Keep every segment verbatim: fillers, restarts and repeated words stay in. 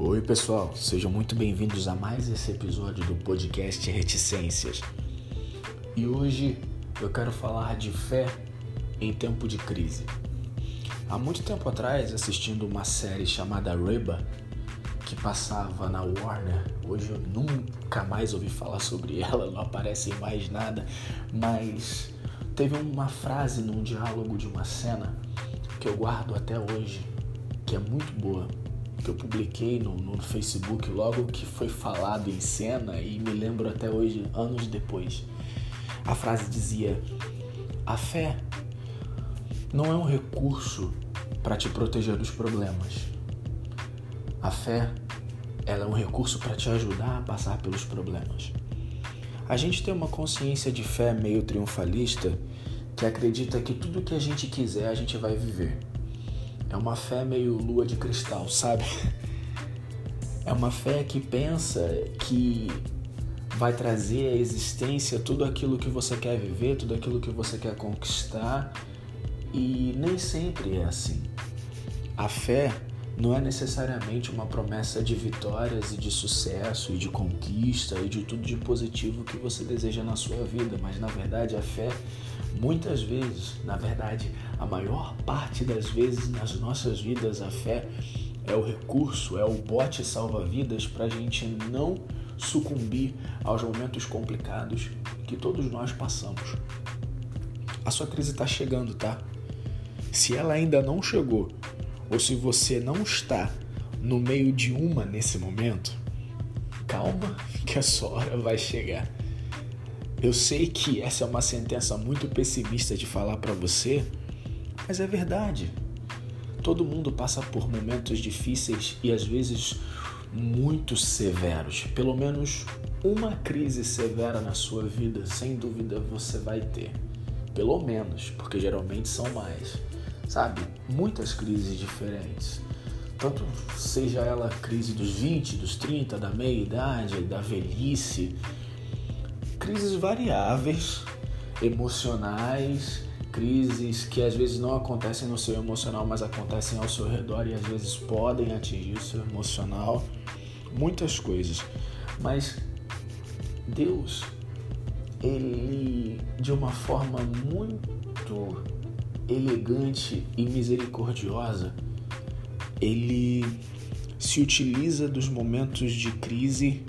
Oi pessoal, sejam muito bem-vindos a mais esse episódio do podcast Reticências. E hoje eu quero falar de fé em tempo de crise. Há muito tempo atrás, assistindo uma série chamada Reba, que passava na Warner, hoje eu nunca mais ouvi falar sobre ela, não aparece em mais nada, mas teve uma frase num diálogo de uma cena que eu guardo até hoje, que é muito boa, que eu publiquei no, no Facebook logo que foi falado em cena e me lembro até hoje, anos depois. A frase dizia: a fé não é um recurso para te proteger dos problemas. A fé, ela é um recurso para te ajudar a passar pelos problemas. A gente tem uma consciência de fé meio triunfalista que acredita que tudo que a gente quiser a gente vai viver. É uma fé meio lua de cristal, sabe? É uma fé que pensa que vai trazer à existência tudo aquilo que você quer viver, tudo aquilo que você quer conquistar, e nem sempre é assim. A fé não é necessariamente uma promessa de vitórias e de sucesso e de conquista e de tudo de positivo que você deseja na sua vida, mas na verdade a fé, muitas vezes, na verdade, a maior parte das vezes nas nossas vidas, a fé é o recurso, é o bote salva-vidas para a gente não sucumbir aos momentos complicados que todos nós passamos. A sua crise está chegando, tá? Se ela ainda não chegou, ou se você não está no meio de uma nesse momento, calma que a sua hora vai chegar. Eu sei que essa é uma sentença muito pessimista de falar para você, mas é verdade. Todo mundo passa por momentos difíceis e às vezes muito severos. Pelo menos uma crise severa na sua vida, sem dúvida você vai ter. Pelo menos, porque geralmente são mais. Sabe, muitas crises diferentes, tanto seja ela a crise dos vinte, dos trinta, da meia-idade, da velhice, crises variáveis, emocionais, crises que às vezes não acontecem no seu emocional, mas acontecem ao seu redor e às vezes podem atingir o seu emocional, muitas coisas, mas Deus, Ele, de uma forma muito elegante e misericordiosa, ele se utiliza dos momentos de crise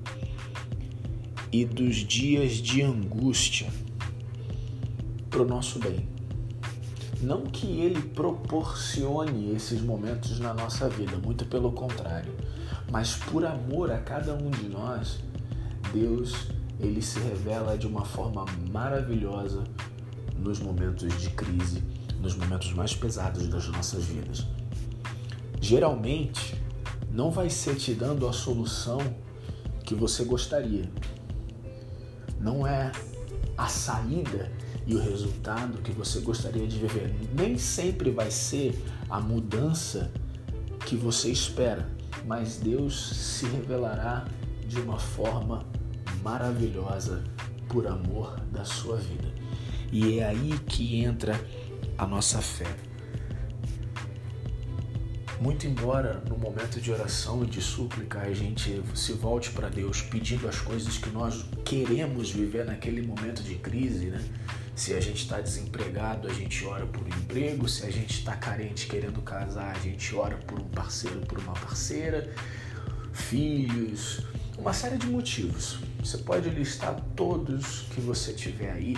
e dos dias de angústia para o nosso bem. Não que ele proporcione esses momentos na nossa vida, muito pelo contrário, mas por amor a cada um de nós, Deus, ele se revela de uma forma maravilhosa nos momentos de crise, nos momentos mais pesados das nossas vidas. Geralmente, não vai ser te dando a solução que você gostaria. Não é a saída e o resultado que você gostaria de viver. Nem sempre vai ser a mudança que você espera, mas Deus se revelará de uma forma maravilhosa por amor da sua vida. E é aí que entra a nossa fé. Muito embora no momento de oração e de súplica a gente se volte para Deus pedindo as coisas que nós queremos viver naquele momento de crise, né? Se a gente está desempregado, a gente ora por um emprego. Se a gente está carente querendo casar, a gente ora por um parceiro, por uma parceira, filhos, uma série de motivos. Você pode listar todos que você tiver aí.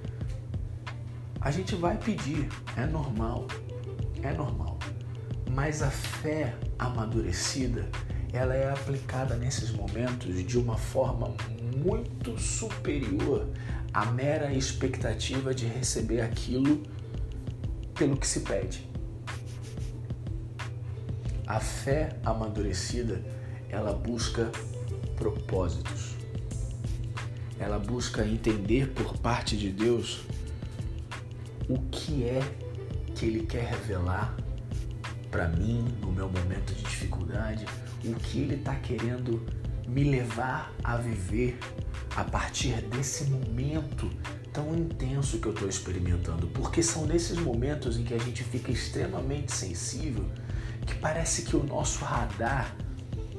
A gente vai pedir, é normal, é normal. Mas a fé amadurecida, ela é aplicada nesses momentos de uma forma muito superior à mera expectativa de receber aquilo pelo que se pede. A fé amadurecida, ela busca propósitos. Ela busca entender por parte de Deus o que é que Ele quer revelar para mim no meu momento de dificuldade, o que Ele está querendo me levar a viver a partir desse momento tão intenso que eu estou experimentando, porque são nesses momentos em que a gente fica extremamente sensível, que parece que o nosso radar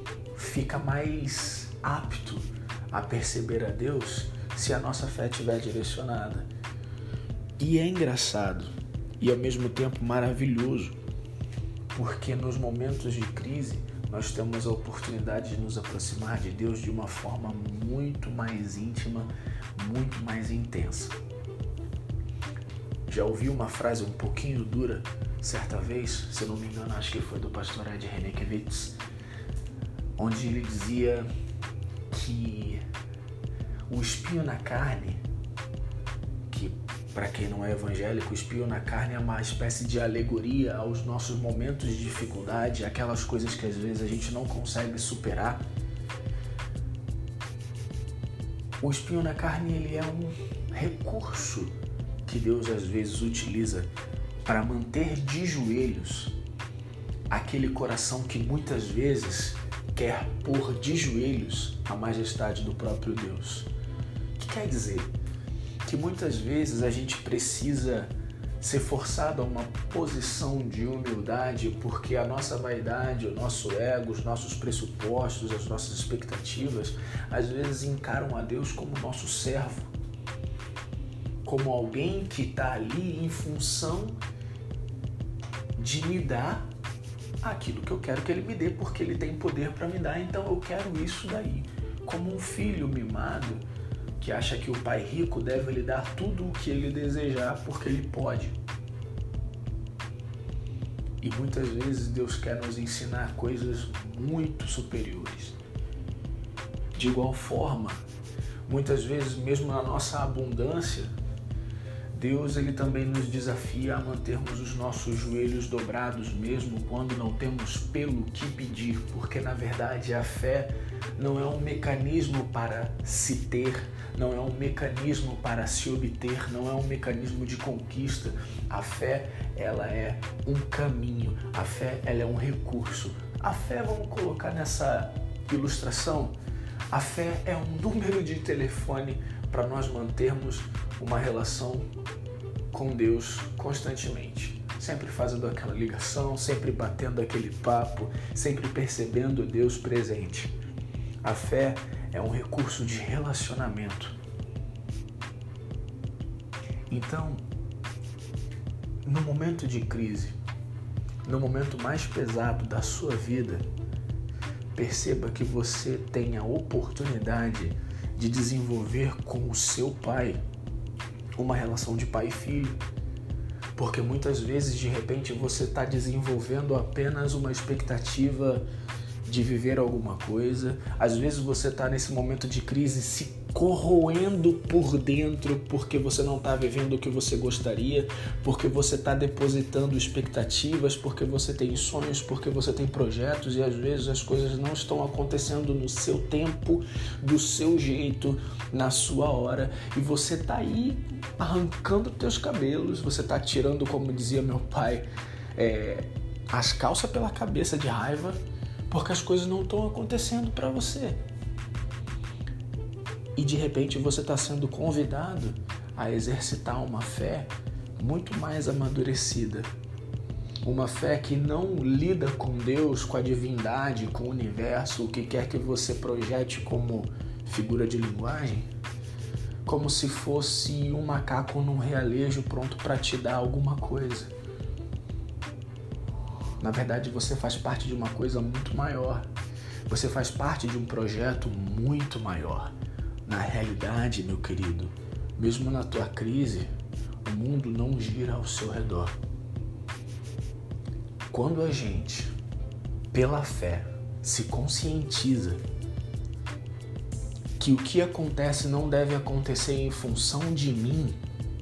fica mais apto a perceber a Deus se a nossa fé estiver direcionada. E é engraçado e ao mesmo tempo maravilhoso, porque nos momentos de crise nós temos a oportunidade de nos aproximar de Deus de uma forma muito mais íntima, muito mais intensa. Já ouvi uma frase um pouquinho dura certa vez, se não me engano, acho que foi do pastor Ed Renekiewicz, onde ele dizia que o espinho na carne, que para quem não é evangélico, o espinho na carne é uma espécie de alegoria aos nossos momentos de dificuldade, aquelas coisas que às vezes a gente não consegue superar. O espinho na carne, ele é um recurso que Deus às vezes utiliza para manter de joelhos aquele coração que muitas vezes quer pôr de joelhos a majestade do próprio Deus. O que quer dizer? Que muitas vezes a gente precisa ser forçado a uma posição de humildade porque a nossa vaidade, o nosso ego, os nossos pressupostos, as nossas expectativas, às vezes encaram a Deus como nosso servo, como alguém que está ali em função de me dar aquilo que eu quero que ele me dê, porque ele tem poder para me dar, então eu quero isso daí. Como um filho mimado que acha que o pai rico deve lhe dar tudo o que ele desejar porque ele pode. E muitas vezes Deus quer nos ensinar coisas muito superiores. De igual forma, muitas vezes mesmo na nossa abundância, Deus ele também nos desafia a mantermos os nossos joelhos dobrados mesmo quando não temos pelo que pedir, porque na verdade a fé não é um mecanismo para se ter, não é um mecanismo para se obter, não é um mecanismo de conquista. A fé, ela é um caminho, a fé, ela é um recurso. A fé, vamos colocar nessa ilustração, a fé é um número de telefone para nós mantermos uma relação com Deus constantemente, sempre fazendo aquela ligação, sempre batendo aquele papo, sempre percebendo Deus presente. A fé é um recurso de relacionamento. Então, no momento de crise, no momento mais pesado da sua vida, perceba que você tem a oportunidade de desenvolver com o seu pai uma relação de pai e filho, porque muitas vezes de repente você está desenvolvendo apenas uma expectativa de viver alguma coisa, às vezes você está nesse momento de crise se corroendo por dentro porque você não está vivendo o que você gostaria, porque você está depositando expectativas, porque você tem sonhos, porque você tem projetos e às vezes as coisas não estão acontecendo no seu tempo, do seu jeito, na sua hora, e você está aí arrancando teus cabelos, você está tirando, como dizia meu pai, é, as calças pela cabeça de raiva, porque as coisas não estão acontecendo para você. E de repente você está sendo convidado a exercitar uma fé muito mais amadurecida. Uma fé que não lida com Deus, com a divindade, com o universo, o que quer que você projete como figura de linguagem, como se fosse um macaco num realejo pronto para te dar alguma coisa. Na verdade, você faz parte de uma coisa muito maior. Você faz parte de um projeto muito maior. Na realidade, meu querido, mesmo na tua crise, o mundo não gira ao seu redor. Quando a gente, pela fé, se conscientiza que o que acontece não deve acontecer em função de mim,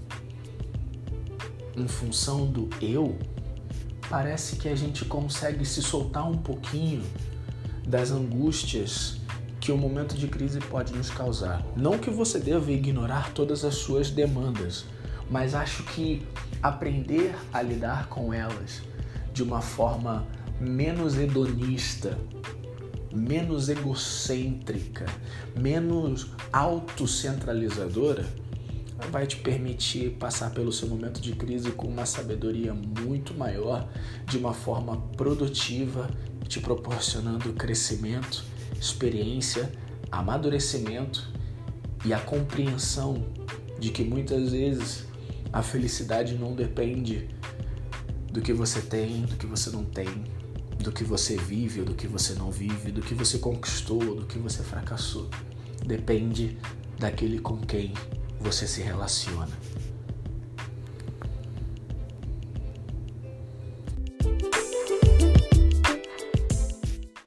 em função do eu, parece que a gente consegue se soltar um pouquinho das angústias que o momento de crise pode nos causar. Não que você deva ignorar todas as suas demandas, mas acho que aprender a lidar com elas de uma forma menos hedonista, menos egocêntrica, menos autocentralizadora, vai te permitir passar pelo seu momento de crise com uma sabedoria muito maior, de uma forma produtiva, te proporcionando crescimento experiência, amadurecimento e a compreensão de que muitas vezes a felicidade não depende do que você tem, do que você não tem, do que você vive ou do que você não vive, do que você conquistou ou do que você fracassou. Depende daquele com quem você se relaciona.